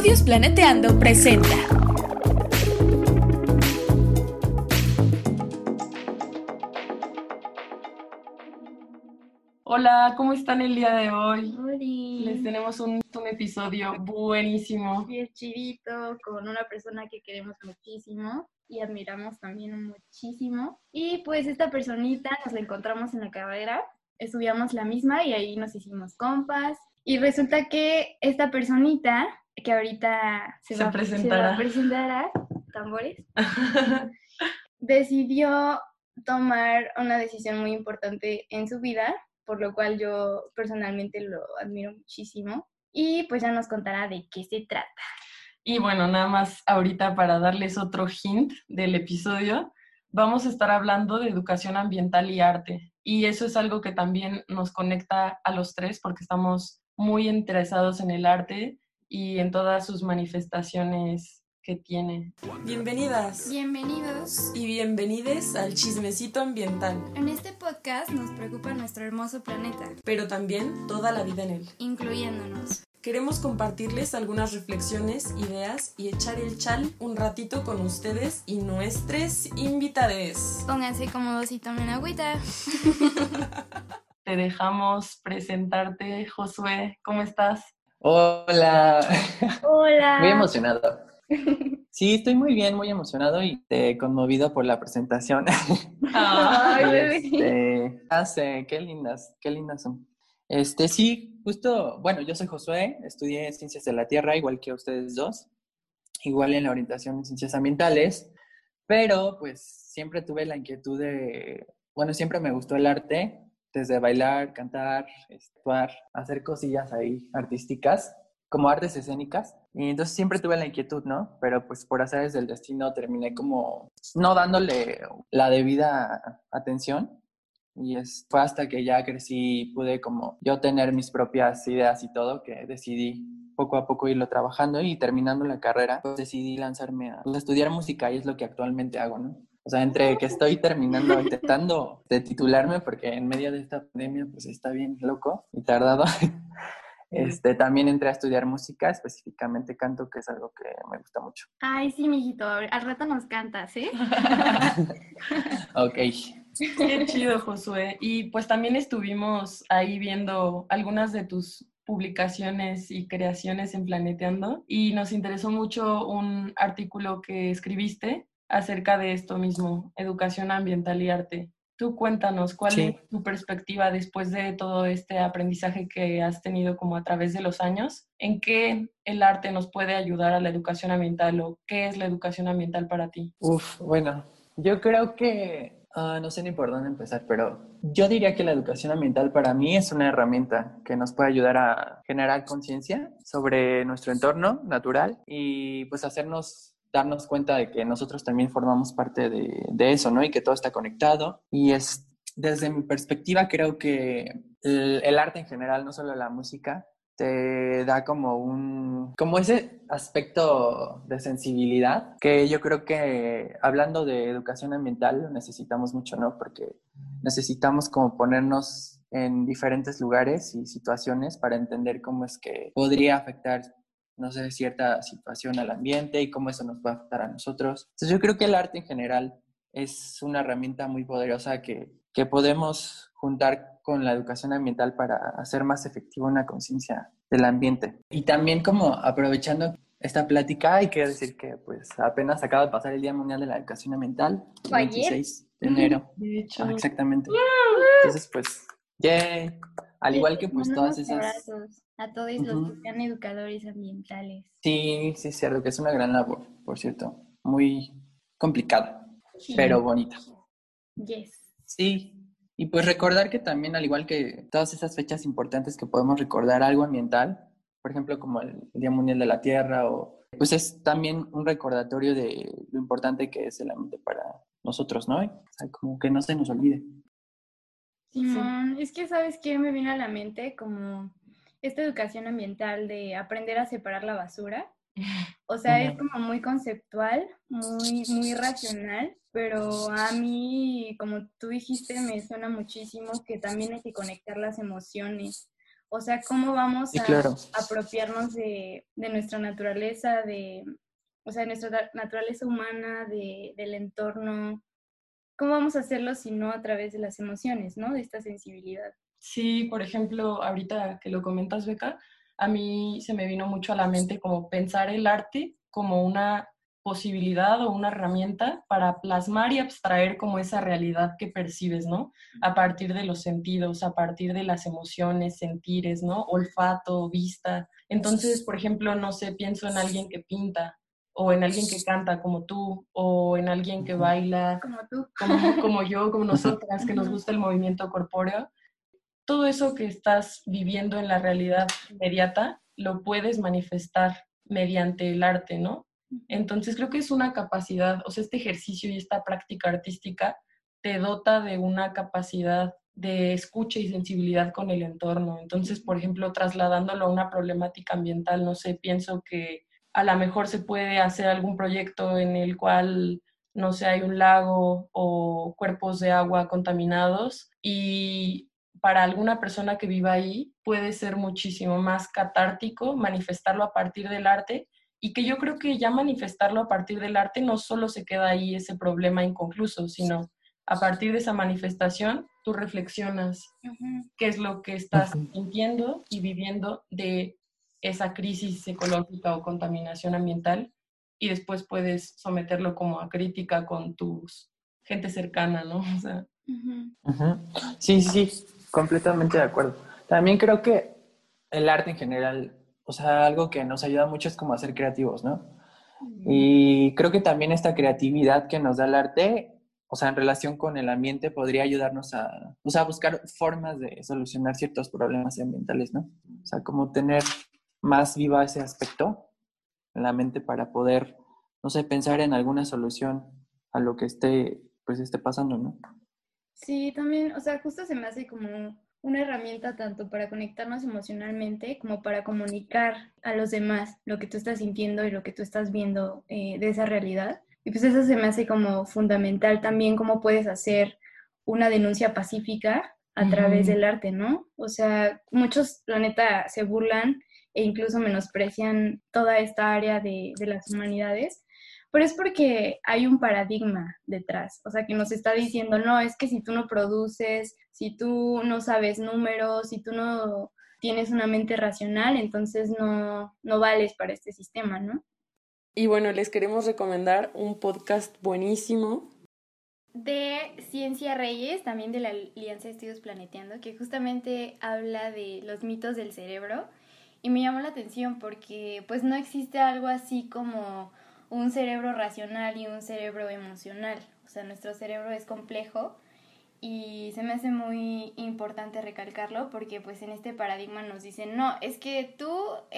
Estudios Planeteando presenta. Hola, ¿cómo están el día de hoy? Oli. Les tenemos un episodio buenísimo. Bien chidito, con una persona que queremos muchísimo y admiramos también muchísimo. Y pues esta personita nos la encontramos en la carrera, estudiamos la misma y ahí nos hicimos compas. Y resulta que esta personita, que ahorita se va a presentar, tambores, decidió tomar una decisión muy importante en su vida, por lo cual yo personalmente lo admiro muchísimo. Y pues ya nos contará de qué se trata. Y bueno, nada más ahorita para darles otro hint del episodio, vamos a estar hablando de educación ambiental y arte. Y eso es algo que también nos conecta a los tres porque estamos muy interesados en el arte y en todas sus manifestaciones que tiene. Bienvenidas. Bienvenidos. Y bienvenides al Chismecito Ambiental. En este podcast nos preocupa nuestro hermoso planeta, pero también toda la vida en él, incluyéndonos. Queremos compartirles algunas reflexiones, ideas y echar el chal un ratito con ustedes y nuestros invitados. Pónganse cómodos y tomen agüita. Te dejamos presentarte, Josué. ¿Cómo estás? Hola. Hola. Muy emocionado. Sí, estoy muy bien, muy emocionado y conmovido por la presentación. Ay, bebé. Qué lindas son. Sí, justo, bueno, yo soy Josué, estudié Ciencias de la Tierra, igual que ustedes dos, igual en la orientación en Ciencias Ambientales, pero pues siempre tuve la inquietud siempre me gustó el arte, desde bailar, cantar, actuar, hacer cosillas ahí artísticas, como artes escénicas, y entonces siempre tuve la inquietud, ¿no? Pero pues por azares del destino terminé como no dándole la debida atención. Y fue hasta que ya crecí y pude como yo tener mis propias ideas y todo que decidí poco a poco irlo trabajando y terminando la carrera, pues decidí lanzarme a estudiar música y es lo que actualmente hago, ¿no? O sea, entre que estoy intentando de titularme porque en medio de esta pandemia pues está bien loco y tardado. También entré a estudiar música, específicamente canto, que es algo que me gusta mucho. Ay, sí, mijito, al rato nos cantas, ¿eh? Ok. Qué chido, Josué. Y pues también estuvimos ahí viendo algunas de tus publicaciones y creaciones en Planeteando y nos interesó mucho un artículo que escribiste acerca de esto mismo, educación ambiental y arte. Tú cuéntanos, ¿cuál es tu perspectiva después de todo este aprendizaje que has tenido como a través de los años? ¿En qué el arte nos puede ayudar a la educación ambiental o qué es la educación ambiental para ti? Bueno, yo creo que, no sé ni por dónde empezar, pero yo diría que la educación ambiental para mí es una herramienta que nos puede ayudar a generar conciencia sobre nuestro entorno natural y pues darnos cuenta de que nosotros también formamos parte de eso, ¿no? Y que todo está conectado. Y desde mi perspectiva, creo que el arte en general, no solo la música, te da como ese aspecto de sensibilidad que yo creo que hablando de educación ambiental lo necesitamos mucho, ¿no? Porque necesitamos como ponernos en diferentes lugares y situaciones para entender cómo es que podría afectar, no sé, cierta situación al ambiente y cómo eso nos puede afectar a nosotros. Entonces yo creo que el arte en general es una herramienta muy poderosa que podemos juntar con la educación ambiental para hacer más efectiva una conciencia del ambiente. Y también como aprovechando esta plática, hay que decir que pues apenas acaba de pasar el Día Mundial de la Educación Ambiental, el 26 de enero. De hecho. Exactamente. Entonces pues, yay. Al igual que pues todas esas... abrazos a todos los que sean educadores ambientales. Sí, cierto, que es una gran labor, por cierto. Muy complicada, pero bonita. Yes. Sí, y pues recordar que también, al igual que todas esas fechas importantes que podemos recordar algo ambiental, por ejemplo, como el Día Mundial de la Tierra, pues es también un recordatorio de lo importante que es el ambiente para nosotros, ¿no? O sea, como que no se nos olvide. Simón, es que ¿sabes qué me viene a la mente? Como esta educación ambiental de aprender a separar la basura. O sea, es como muy conceptual, muy racional, pero a mí, como tú dijiste, me suena muchísimo que también hay que conectar las emociones. O sea, cómo vamos Sí, a claro. apropiarnos de nuestra naturaleza, o sea, de nuestra naturaleza humana, del entorno. ¿Cómo vamos a hacerlo si no a través de las emociones, ¿no? De esta sensibilidad. Sí, por ejemplo, ahorita que lo comentas, Beca, a mí se me vino mucho a la mente como pensar el arte como una posibilidad o una herramienta para plasmar y abstraer como esa realidad que percibes, ¿no? A partir de los sentidos, a partir de las emociones, sentires, ¿no? Olfato, vista. Entonces, por ejemplo, no sé, pienso en alguien que pinta o en alguien que canta como tú o en alguien que baila Como tú. como yo, como nosotras, que nos gusta el movimiento corpóreo. Todo eso que estás viviendo en la realidad inmediata lo puedes manifestar mediante el arte, ¿no? Entonces creo que es una capacidad, o sea, este ejercicio y esta práctica artística te dota de una capacidad de escucha y sensibilidad con el entorno. Entonces, por ejemplo, trasladándolo a una problemática ambiental, no sé, pienso que a lo mejor se puede hacer algún proyecto en el cual, no sé, hay un lago o cuerpos de agua contaminados y para alguna persona que viva ahí puede ser muchísimo más catártico manifestarlo a partir del arte y que yo creo que ya manifestarlo a partir del arte no solo se queda ahí ese problema inconcluso, sino a partir de esa manifestación tú reflexionas qué es lo que estás sintiendo y viviendo de esa crisis ecológica o contaminación ambiental y después puedes someterlo como a crítica con tus gente cercana, ¿no? O sea, Ujú. Sí, sí, sí, completamente de acuerdo. También creo que el arte en general, o sea, algo que nos ayuda mucho es como a ser creativos, ¿no? Y creo que también esta creatividad que nos da el arte, o sea, en relación con el ambiente, podría ayudarnos a, o sea, a buscar formas de solucionar ciertos problemas ambientales, ¿no? O sea, como tener más viva ese aspecto en la mente para poder, no sé, pensar en alguna solución a lo que pues esté pasando, ¿no? Sí, también, o sea, justo se me hace como una herramienta tanto para conectarnos emocionalmente como para comunicar a los demás lo que tú estás sintiendo y lo que tú estás viendo de esa realidad. Y pues eso se me hace como fundamental también cómo puedes hacer una denuncia pacífica a través del arte, ¿no? O sea, muchos, la neta, se burlan e incluso menosprecian toda esta área de las humanidades, pero es porque hay un paradigma detrás, o sea, que nos está diciendo, no, es que si tú no produces, si tú no sabes números, si tú no tienes una mente racional, entonces no vales para este sistema, ¿no? y bueno, les queremos recomendar un podcast buenísimo. De Ciencia Reyes, también de la Alianza de Estudios Planeteando, que justamente habla de los mitos del cerebro y me llamó la atención porque pues no existe algo así como un cerebro racional y un cerebro emocional, o sea, nuestro cerebro es complejo y se me hace muy importante recalcarlo porque pues en este paradigma nos dicen, no, es que tú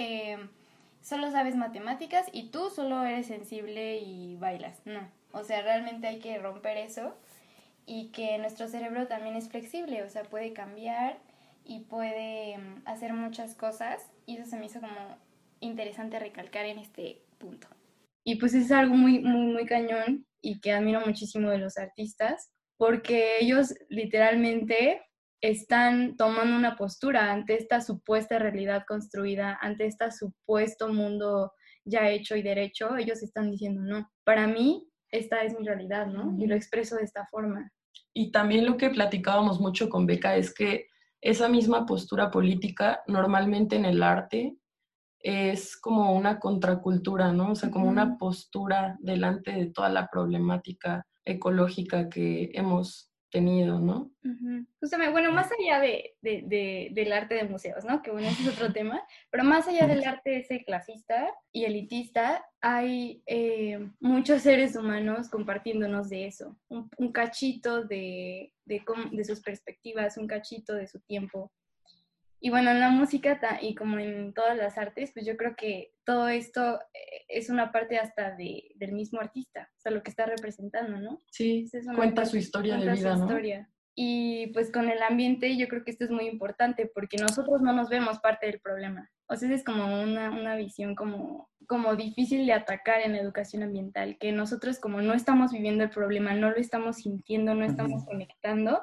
solo sabes matemáticas y tú solo eres sensible y bailas, no, o sea, realmente hay que romper eso y que nuestro cerebro también es flexible, o sea, puede cambiar y puede hacer muchas cosas y eso se me hizo como interesante recalcar en este punto. Y pues es algo muy, muy, muy cañón y que admiro muchísimo de los artistas porque ellos literalmente están tomando una postura ante esta supuesta realidad construida, ante este supuesto mundo ya hecho y derecho. Ellos están diciendo, no, para mí esta es mi realidad, ¿no? Y lo expreso de esta forma. Y también lo que platicábamos mucho con Beca es que esa misma postura política normalmente en el arte es como una contracultura, ¿no? O sea, como una postura delante de toda la problemática ecológica que hemos tenido, ¿no? Justamente, bueno, más allá del arte de museos, ¿no? Que bueno, ese es otro tema, pero más allá del arte ese clasista y elitista, hay muchos seres humanos compartiéndonos de eso, un cachito de sus perspectivas, un cachito de su tiempo. Y bueno, en la música y como en todas las artes, pues yo creo que todo esto es una parte hasta del mismo artista, o sea, lo que está representando, ¿no? Sí, Es una cuenta parte, su historia de cuenta vida, su ¿no? historia. Y pues con el ambiente yo creo que esto es muy importante porque nosotros no nos vemos parte del problema. O sea, es como una visión como difícil de atacar en la educación ambiental, que nosotros como no estamos viviendo el problema, no lo estamos sintiendo, no estamos conectando,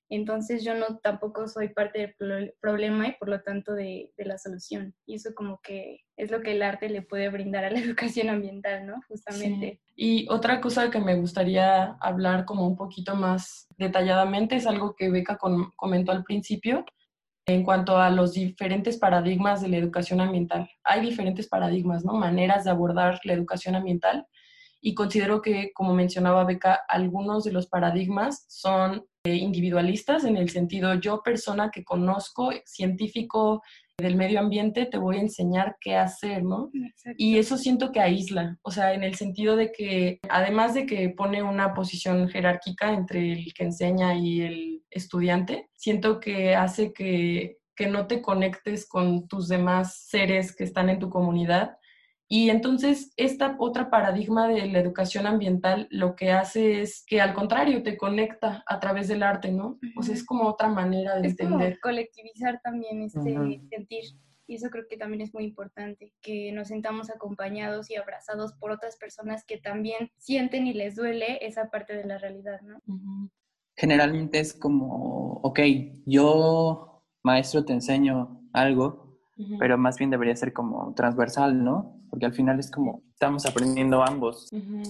Entonces yo no tampoco soy parte del problema y por lo tanto de la solución. Y eso como que es lo que el arte le puede brindar a la educación ambiental, ¿no? Justamente. Sí. Y otra cosa que me gustaría hablar como un poquito más detalladamente es algo que Beca comentó al principio en cuanto a los diferentes paradigmas de la educación ambiental. Hay diferentes paradigmas, ¿no? Maneras de abordar la educación ambiental. Y considero que, como mencionaba Beca, algunos de los paradigmas son individualistas en el sentido yo persona que conozco, científico del medio ambiente, te voy a enseñar qué hacer, ¿no? Exacto. Y eso siento que aísla, o sea, en el sentido de que además de que pone una posición jerárquica entre el que enseña y el estudiante, siento que hace que no te conectes con tus demás seres que están en tu comunidad. Y entonces esta otra paradigma de la educación ambiental lo que hace es que al contrario te conecta a través del arte, ¿no? O sea, es como otra manera de Es como entender. colectivizar también Ujú. sentir. Y eso creo que también es muy importante, que nos sintamos acompañados y abrazados por otras personas que también sienten y les duele esa parte de la realidad, ¿no? Ujú. Generalmente es como, ok, yo, maestro, te enseño algo, Ujú. pero más bien debería ser como transversal, ¿no? Porque al final es como, estamos aprendiendo ambos. Ujú.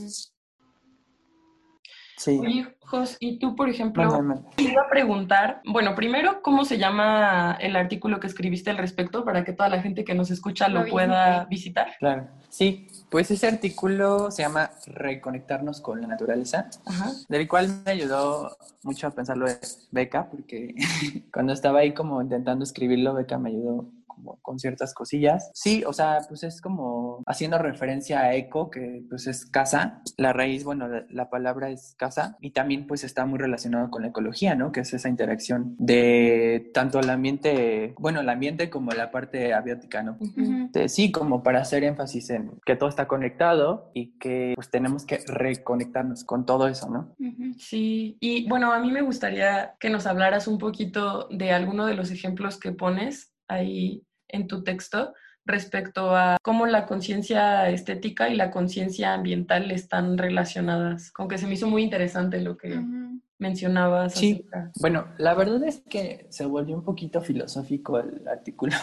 Sí. Oye, Jos, y tú, por ejemplo, Mándame. te iba a preguntar, bueno, primero, ¿cómo se llama el artículo que escribiste al respecto para que toda la gente que nos escucha lo pueda visitar? Claro. Sí, pues ese artículo se llama Reconectarnos con la naturaleza, Ajá. del cual me ayudó mucho a pensarlo de Beca, porque cuando estaba ahí como intentando escribirlo, Beca me ayudó como con ciertas cosillas. Sí, o sea, pues es como haciendo referencia a eco, que pues es casa. La raíz, bueno, la palabra es casa y también pues está muy relacionado con la ecología, ¿no? Que es esa interacción de tanto el ambiente, bueno, el ambiente como la parte abiótica, ¿no? Ujú. Sí, como para hacer énfasis en que todo está conectado y que pues tenemos que reconectarnos con todo eso, ¿no? Sí, y bueno, a mí me gustaría que nos hablaras un poquito de alguno de los ejemplos que pones ahí en tu texto respecto a cómo la conciencia estética y la conciencia ambiental están relacionadas. Como que se me hizo muy interesante lo que mencionabas Sí, acerca. bueno, la verdad es que se volvió un poquito filosófico el artículo,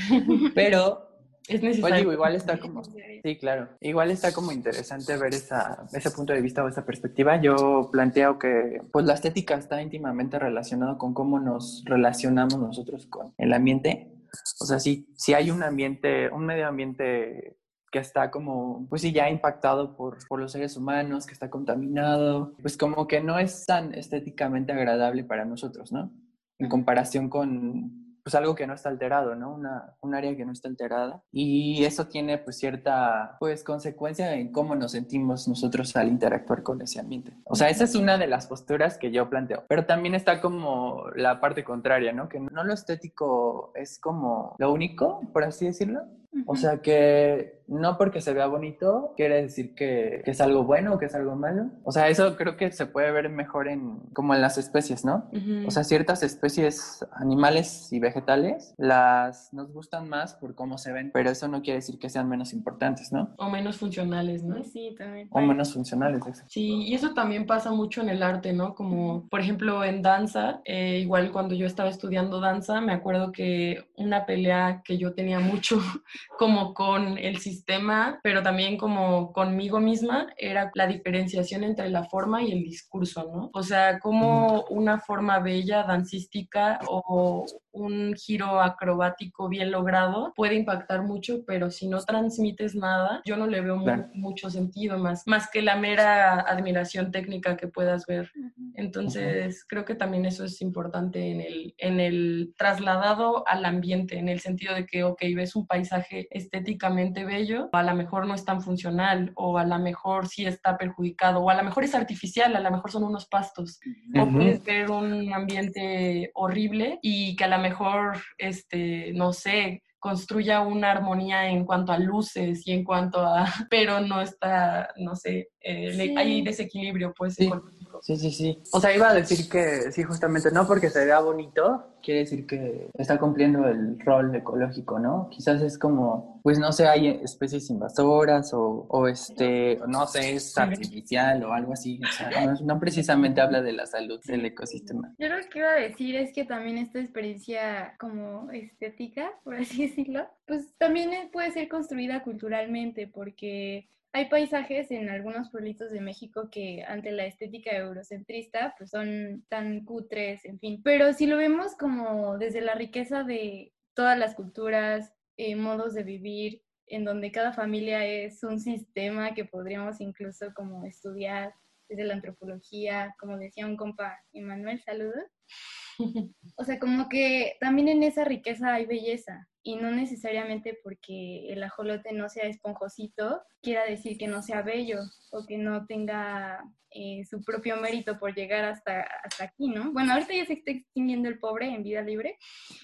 pero Es pues necesario. digo, igual está como, sí, claro, igual está como interesante ver ese punto de vista o esa perspectiva. Yo planteo que pues la estética está íntimamente relacionada con cómo nos relacionamos nosotros con el ambiente. O sea, si hay un ambiente, un medio ambiente que está como, pues sí, ya impactado por los seres humanos, que está contaminado, pues como que no es tan estéticamente agradable para nosotros, ¿no? En comparación con pues algo que no está alterado, ¿no? Un área que no está alterada. Y eso tiene pues cierta pues consecuencia en cómo nos sentimos nosotros al interactuar con ese ambiente. O sea, esa es una de las posturas que yo planteo. Pero también está como la parte contraria, ¿no? Que no lo estético es como lo único, por así decirlo. O sea que no porque se vea bonito quiere decir que es algo bueno o que es algo malo. O sea, eso creo que se puede ver mejor como en las especies, ¿no? O sea, ciertas especies animales y vegetales nos gustan más por cómo se ven, pero eso no quiere decir que sean menos importantes, ¿no? O menos funcionales, ¿no? Sí, también. O menos funcionales, exacto. Sí, y eso también pasa mucho en el arte, ¿no? Como, por ejemplo, en danza, igual cuando yo estaba estudiando danza, me acuerdo que una pelea que yo tenía mucho como con el sistema, pero también como conmigo misma, era la diferenciación entre la forma y el discurso, ¿no? O sea, como una forma bella, dancística o un giro acrobático bien logrado puede impactar mucho, pero si no transmites nada, yo no le veo mucho sentido más que la mera admiración técnica que puedas ver. Entonces, creo que también eso es importante en el trasladado al ambiente, en el sentido de que, ok, ves un paisaje estéticamente bello, a lo mejor no es tan funcional, o a lo mejor sí está perjudicado, o a lo mejor es artificial, a lo mejor son unos pastos. O puedes ver un ambiente horrible y que a lo mejor, no sé, construya una armonía en cuanto a luces y en cuanto a, pero no está, no sé, hay desequilibrio pues Sí. ecológico. Sí. O sea, iba a decir que sí, justamente no porque se vea bonito, quiere decir que está cumpliendo el rol ecológico, ¿no? Quizás es como, pues no sé, hay especies invasoras no sé, es artificial o algo así. O sea, no precisamente habla de la salud del ecosistema. Yo lo que iba a decir es que también esta experiencia como estética, por así decirlo, pues también puede ser construida culturalmente porque hay paisajes en algunos pueblitos de México que ante la estética eurocentrista pues son tan cutres, en fin. Pero si lo vemos como desde la riqueza de todas las culturas, modos de vivir, en donde cada familia es un sistema que podríamos incluso como estudiar desde la antropología, como decía un compa, Emanuel, saludos. O sea, como que también en esa riqueza hay belleza y no necesariamente porque el ajolote no sea esponjosito quiera decir que no sea bello o que no tenga su propio mérito por llegar hasta aquí, ¿no? Bueno, ahorita ya se está extinguiendo el pobre en vida libre,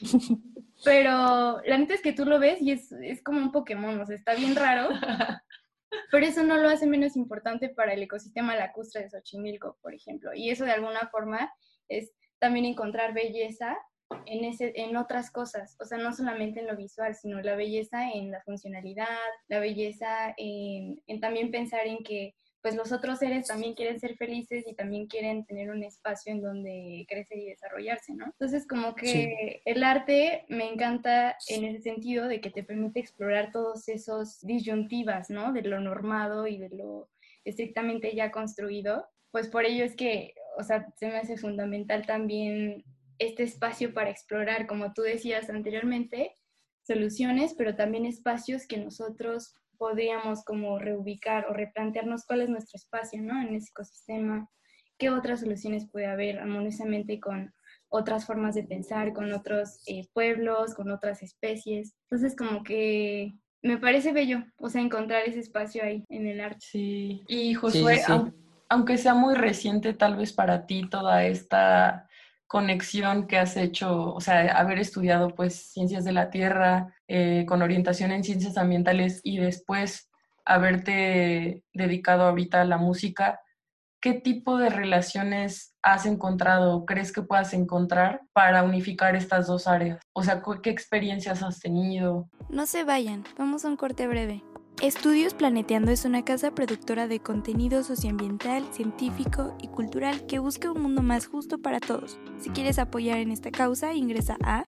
pero la neta es que tú lo ves y es como un Pokémon, o sea, está bien raro. Pero eso no lo hace menos importante para el ecosistema lacustre de Xochimilco, por ejemplo. Y eso de alguna forma es también encontrar belleza en otras cosas. O sea, no solamente en lo visual, sino la belleza en la funcionalidad, la belleza en también pensar en que pues los otros seres también quieren ser felices y también quieren tener un espacio en donde crecer y desarrollarse, ¿no? Entonces, como que sí, el arte me encanta en ese sentido de que te permite explorar todos esos disyuntivas, ¿no? De lo normado y de lo estrictamente ya construido. Pues por ello es que, o sea, se me hace fundamental también este espacio para explorar, como tú decías anteriormente, soluciones, pero también espacios que nosotros podríamos como reubicar o replantearnos cuál es nuestro espacio, ¿no? En ese ecosistema, qué otras soluciones puede haber armoniosamente con otras formas de pensar, con otros pueblos, con otras especies. Entonces, como que me parece bello, o sea, encontrar ese espacio ahí en el arte. Sí, y Josué, Sí. aunque sea muy reciente tal vez para ti toda esta conexión que has hecho, o sea, haber estudiado pues ciencias de la tierra con orientación en ciencias ambientales y después haberte dedicado ahorita a la música, ¿qué tipo de relaciones has encontrado o crees que puedas encontrar para unificar estas dos áreas? O sea, ¿qué experiencias has tenido? No se vayan, vamos a un corte breve. Estudios Planeteando es una casa productora de contenido socioambiental, científico y cultural que busca un mundo más justo para todos. Si quieres apoyar en esta causa, ingresa a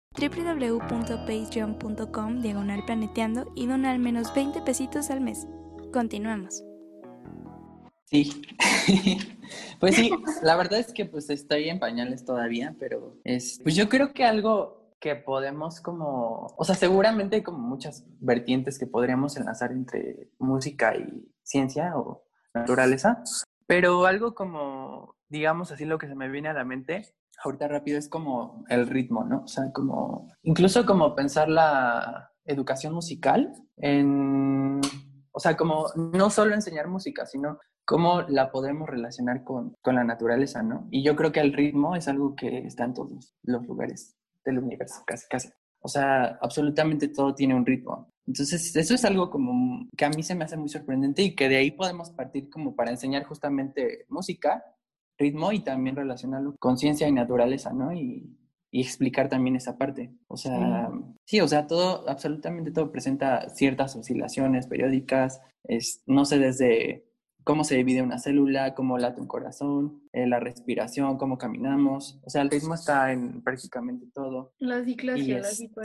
www.patreon.com/planeteando y dona al menos 20 pesitos al mes. Continuamos. Sí, pues sí, la verdad es que pues estoy en pañales todavía, pero pues yo creo que algo que podemos o sea, seguramente hay como muchas vertientes que podríamos enlazar entre música y ciencia o naturaleza, pero algo como, digamos así, lo que se me viene a la mente ahorita rápido es como el ritmo, ¿no? O sea, incluso como pensar la educación musical o sea, como no solo enseñar música, sino cómo la podemos relacionar con la naturaleza, ¿no? Y yo creo que el ritmo es algo que está en todos los lugares del universo, casi, casi. O sea, absolutamente todo tiene un ritmo. Entonces, eso es algo como que a mí se me hace muy sorprendente y que de ahí podemos partir como para enseñar justamente música, ritmo y también relacionarlo con ciencia y naturaleza, ¿no? Y explicar también esa parte. O sea, sí, o sea, todo, absolutamente todo presenta ciertas oscilaciones periódicas, no sé, desde cómo se divide una célula, cómo late un corazón, la respiración, cómo caminamos. O sea, el ritmo está en prácticamente todo. Los ciclos geológicos.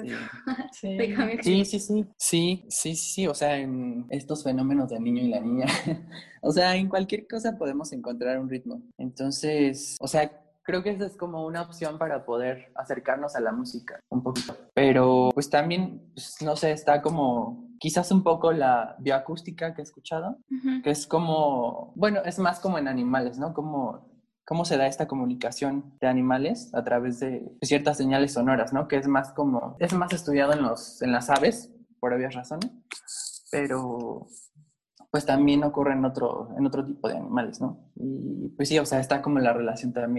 Sí. O sea, en estos fenómenos del niño y la niña. O sea, en cualquier cosa podemos encontrar un ritmo. Entonces, o sea, creo que esa es como una opción para poder acercarnos a la música un poquito. Pero pues también, pues, no sé, está como quizás un poco la bioacústica que he escuchado, que es como, bueno, es más como en animales, ¿no? Cómo se da esta comunicación de animales a través de ciertas señales sonoras, ¿no? Que es más estudiado en las aves, por obvias razones, pero pues también ocurre en otro tipo de animales, ¿no? Y pues sí, o sea, está como la relación también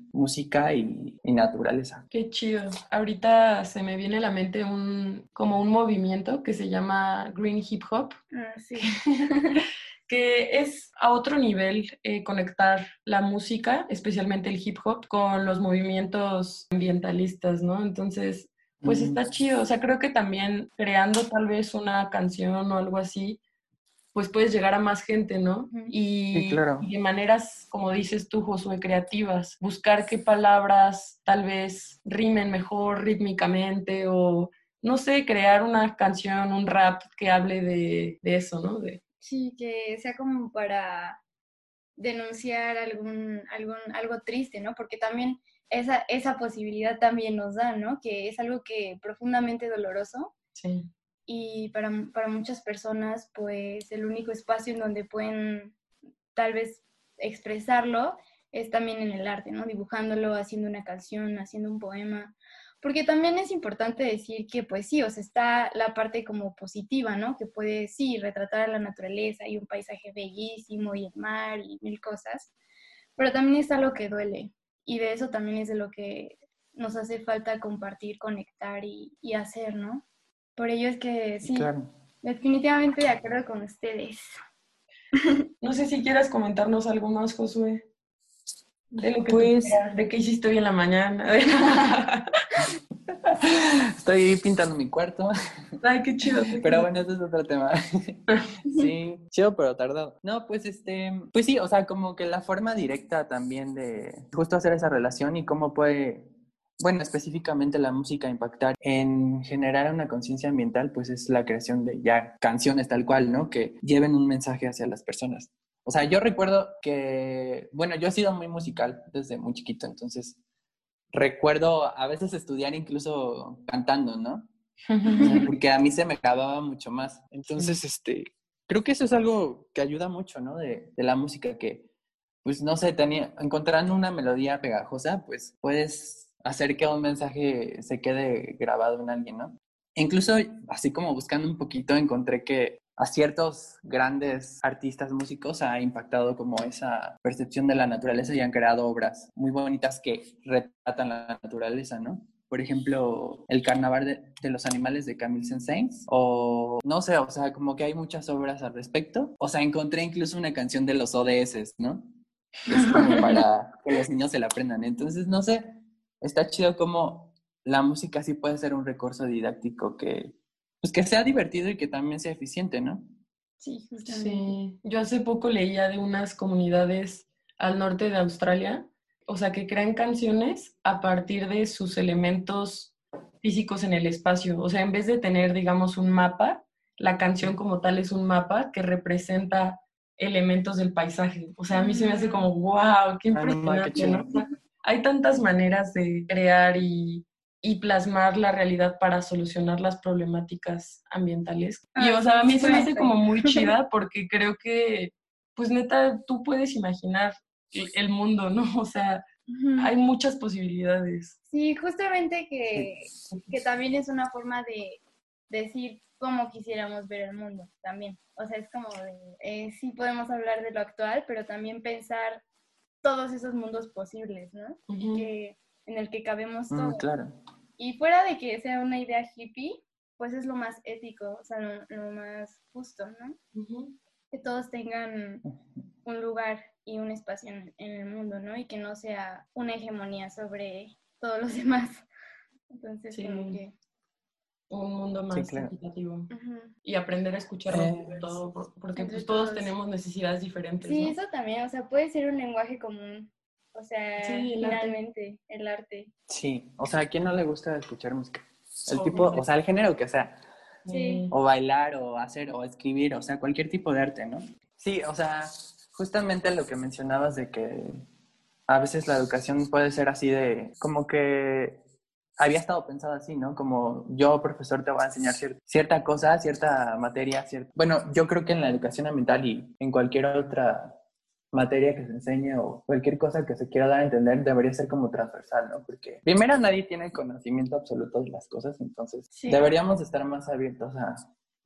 música y naturaleza. Qué chido. Ahorita se me viene a la mente como un movimiento que se llama Green Hip Hop, Sí. que es a otro nivel conectar la música, especialmente el hip hop, con los movimientos ambientalistas, ¿no? Entonces, pues está chido. O sea, creo que también creando tal vez una canción o algo así, pues puedes llegar a más gente, ¿no? Ujú. Y, Sí, claro. y de maneras, como dices tú, Josué, creativas. Buscar qué palabras tal vez rimen mejor rítmicamente o, no sé, crear una canción, un rap que hable de eso, ¿no? Sí, que sea como para denunciar algo triste, ¿no? Porque también esa posibilidad también nos da, ¿no? Que es algo que profundamente doloroso Sí. y para muchas personas, pues el único espacio en donde pueden tal vez expresarlo es también en el arte, ¿no? Dibujándolo, haciendo una canción, haciendo un poema. Porque también es importante decir que, pues sí, o sea, está la parte como positiva, ¿no? Que puede, sí, retratar a la naturaleza y un paisaje bellísimo y el mar y mil cosas, pero también está lo que duele y de eso también es de lo que nos hace falta compartir, conectar y hacer, ¿no? Por ello es que sí, Claro. definitivamente de acuerdo con ustedes. No sé si quieras comentarnos algo más, Josué, de lo que tú Pues quieras, de qué hiciste hoy en la mañana. estoy pintando mi cuarto, Ay, qué chido. pero bueno, ese es otro tema. Sí, chido, pero tardado. No, pues pues sí, o sea, como que la forma directa también de justo hacer esa relación y cómo puede, bueno, específicamente la música impactar en generar una conciencia ambiental, pues es la creación de ya canciones tal cual, ¿no? Que lleven un mensaje hacia las personas. O sea, yo recuerdo que, bueno, yo he sido muy musical desde muy chiquito, entonces recuerdo a veces estudiar incluso cantando, ¿no? O sea, porque a mí se me acababa mucho más. Entonces, creo que eso es algo que ayuda mucho, ¿no? De la música, que, pues, no sé, encontrando una melodía pegajosa, pues, puedes hacer que un mensaje se quede grabado en alguien, ¿no? Incluso, así como buscando un poquito, encontré que a ciertos grandes artistas músicos ha impactado como esa percepción de la naturaleza y han creado obras muy bonitas que retratan la naturaleza, ¿no? Por ejemplo, El Carnaval de los Animales de Camille Saint-Saëns, o no sé, o sea, como que hay muchas obras al respecto. O sea, encontré incluso una canción de los ODS, ¿no? Que es como para que los niños se la aprendan. Entonces, no sé, está chido como la música sí puede ser un recurso didáctico que, pues que sea divertido y que también sea eficiente, ¿no? Sí, justamente. Sí, yo hace poco leía de unas comunidades al norte de Australia, o sea, que crean canciones a partir de sus elementos físicos en el espacio. O sea, en vez de tener, digamos, un mapa, la canción como tal es un mapa que representa elementos del paisaje. O sea, a mí se me hace como, wow, qué Ah, no, qué impresionante, ¿no? chido. O sea, hay tantas maneras de crear y plasmar la realidad para solucionar las problemáticas ambientales. Y, o sea, a mí se me hace como muy chida porque creo que, pues neta, tú puedes imaginar el mundo, ¿no? O sea, hay muchas posibilidades. Sí, justamente Sí. que también es una forma de decir cómo quisiéramos ver el mundo también. O sea, es como de, sí podemos hablar de lo actual, pero también pensar todos esos mundos posibles, ¿no? Y que en el que cabemos todos. Claro. Y fuera de que sea una idea hippie, pues es lo más ético, o sea, lo más justo, ¿no? Que todos tengan un lugar y un espacio en el mundo, ¿no? Y que no sea una hegemonía sobre todos los demás. Entonces, Sí. como que... Un mundo Sí, más claro. equitativo. Y aprender a escucharnos entre todo, porque entre pues todos todos. tenemos necesidades diferentes, Sí, ¿no? eso también, o sea, puede ser un lenguaje común. O sea, Sí, el arte. finalmente, el arte. Sí, o sea, ¿a quién no le gusta escuchar música? El tipo, Obvio. o sea, el género que sea. Sí. O bailar, o hacer, o escribir, o sea, cualquier tipo de arte, ¿no? Sí, o sea, justamente lo que mencionabas de que a veces la educación puede ser así de, como que había estado pensado así, ¿no? Como yo, profesor, te voy a enseñar cierta cosa, cierta materia, bueno, yo creo que en la educación ambiental y en cualquier otra materia que se enseñe o cualquier cosa que se quiera dar a entender debería ser como transversal, ¿no? Porque primero nadie tiene conocimiento absoluto de las cosas, entonces Sí. deberíamos estar más abiertos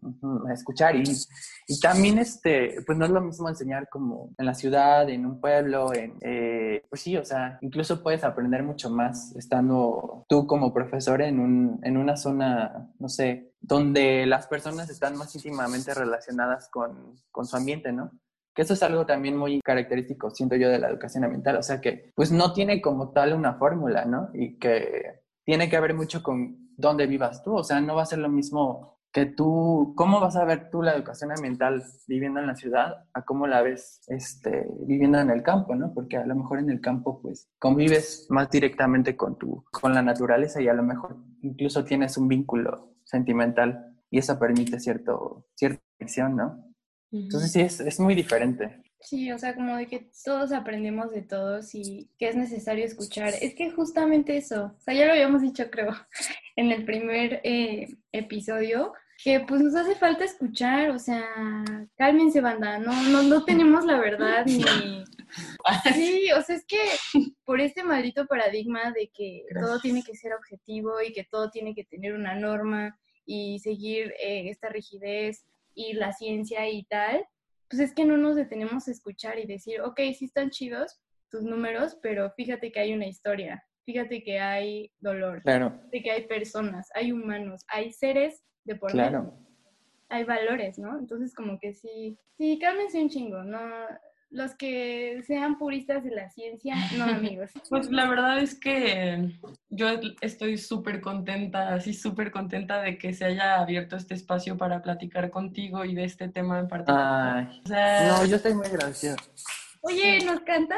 a escuchar y también pues no es lo mismo enseñar como en la ciudad, en un pueblo, pues sí, o sea, incluso puedes aprender mucho más estando tú como profesor en una zona, no sé, donde las personas están más íntimamente relacionadas con su ambiente, ¿no? Que eso es algo también muy característico, siento yo, de la educación ambiental, o sea que pues no tiene como tal una fórmula, ¿no? Y que tiene que ver mucho con dónde vivas tú, o sea, no va a ser lo mismo que tú, ¿cómo vas a ver tú la educación ambiental viviendo en la ciudad a cómo la ves viviendo en el campo, ¿no? Porque a lo mejor en el campo pues convives más directamente con la naturaleza y a lo mejor incluso tienes un vínculo sentimental y eso permite cierta conexión, ¿no? Entonces sí, es muy diferente. Sí, o sea, como de que todos aprendemos de todos y que es necesario escuchar. Es que justamente eso, o sea, ya lo habíamos dicho, creo, en el primer episodio, que pues nos hace falta escuchar, o sea, cálmense, banda, no tenemos la verdad ni... Sí, o sea, es que por este maldito paradigma de que todo tiene que ser objetivo y que todo tiene que tener una norma y seguir esta rigidez y la ciencia y tal, pues es que no nos detenemos a escuchar y decir, ok, sí están chidos tus números, pero fíjate que hay una historia, fíjate que hay dolor, Claro. fíjate que hay personas, hay humanos, hay seres de por Claro. medio, hay valores, ¿no? Entonces como que sí, cálmense un chingo, ¿no? Los que sean puristas de la ciencia, no, amigos. Pues la verdad es que yo estoy súper contenta, así súper contenta de que se haya abierto este espacio para platicar contigo y de este tema en particular. Ay, O sea, no, yo estoy muy agradecido. Oye, ¿nos cantas?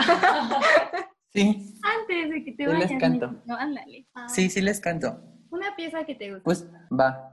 Sí, Antes de que te yo vayas. les canto. No, ándale. Sí les canto. Una pieza que te guste. Pues va,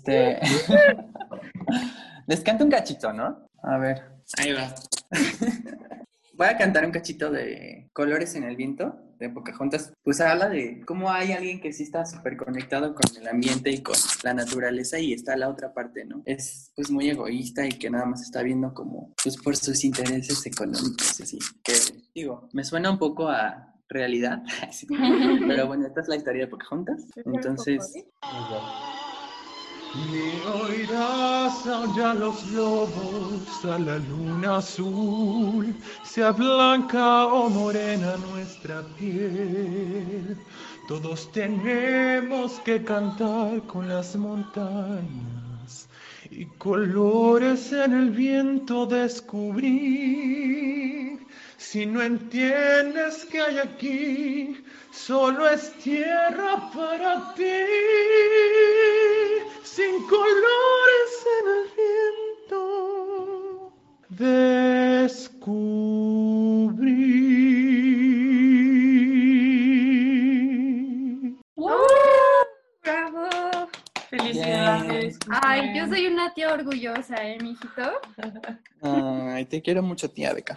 les canto un cachito, ¿no? A ver, ahí va. Voy a cantar un cachito de Colores en el Viento, de Pocahontas. Pues habla de cómo hay alguien que sí está súper conectado con el ambiente y con la naturaleza y está la otra parte, ¿no? Es pues muy egoísta y que nada más está viendo como pues por sus intereses económicos, así. Que digo, me suena un poco a realidad, pero bueno, esta es la historia de Pocahontas. Entonces... Y oirás aullar los lobos a la luna azul, sea blanca o morena nuestra piel. Todos tenemos que cantar con las montañas y colores en el viento descubrir. Si no entiendes que hay aquí, solo es tierra para ti. Sin colores en el viento, descubrí. ¡Bravo! felicidades. Ay, yo soy una tía orgullosa, mijito? Ay, te quiero mucho, tía Beca.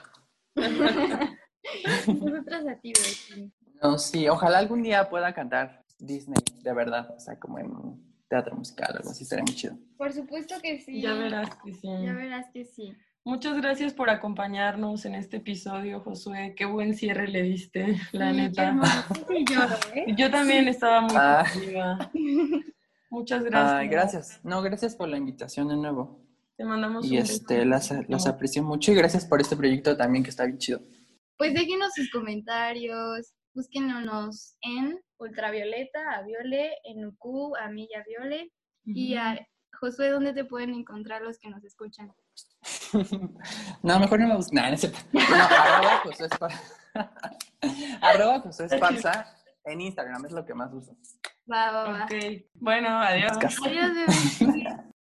Nosotras a ti, Becky. No, sí, ojalá algún día pueda cantar Disney, de verdad, o sea, como en un teatro musical o algo así, estaría muy chido. Por supuesto que sí. Ya verás que sí. Ya verás que sí. Muchas gracias por acompañarnos en este episodio, Josué. Qué buen cierre le diste, la Sí, neta. qué hermoso. Sí, lloro, ¿eh? Yo también estaba muy Ah. emotiva. Muchas gracias. Ay, gracias. No, gracias por la invitación de nuevo. Te mandamos Y un beso. las aprecio mucho y gracias por este proyecto también que está bien chido. Pues déjenos sus comentarios, búsquenos en Ultravioleta, a Viole, en UQ, a mí y a Viole, y a Josué, ¿dónde te pueden encontrar los que nos escuchan? No, mejor no me gusta. Nah, no es cierto. No, arroba Josué Esparza en Instagram, es lo que más uso. Va. Ok, bueno, adiós. Adiós, bebé.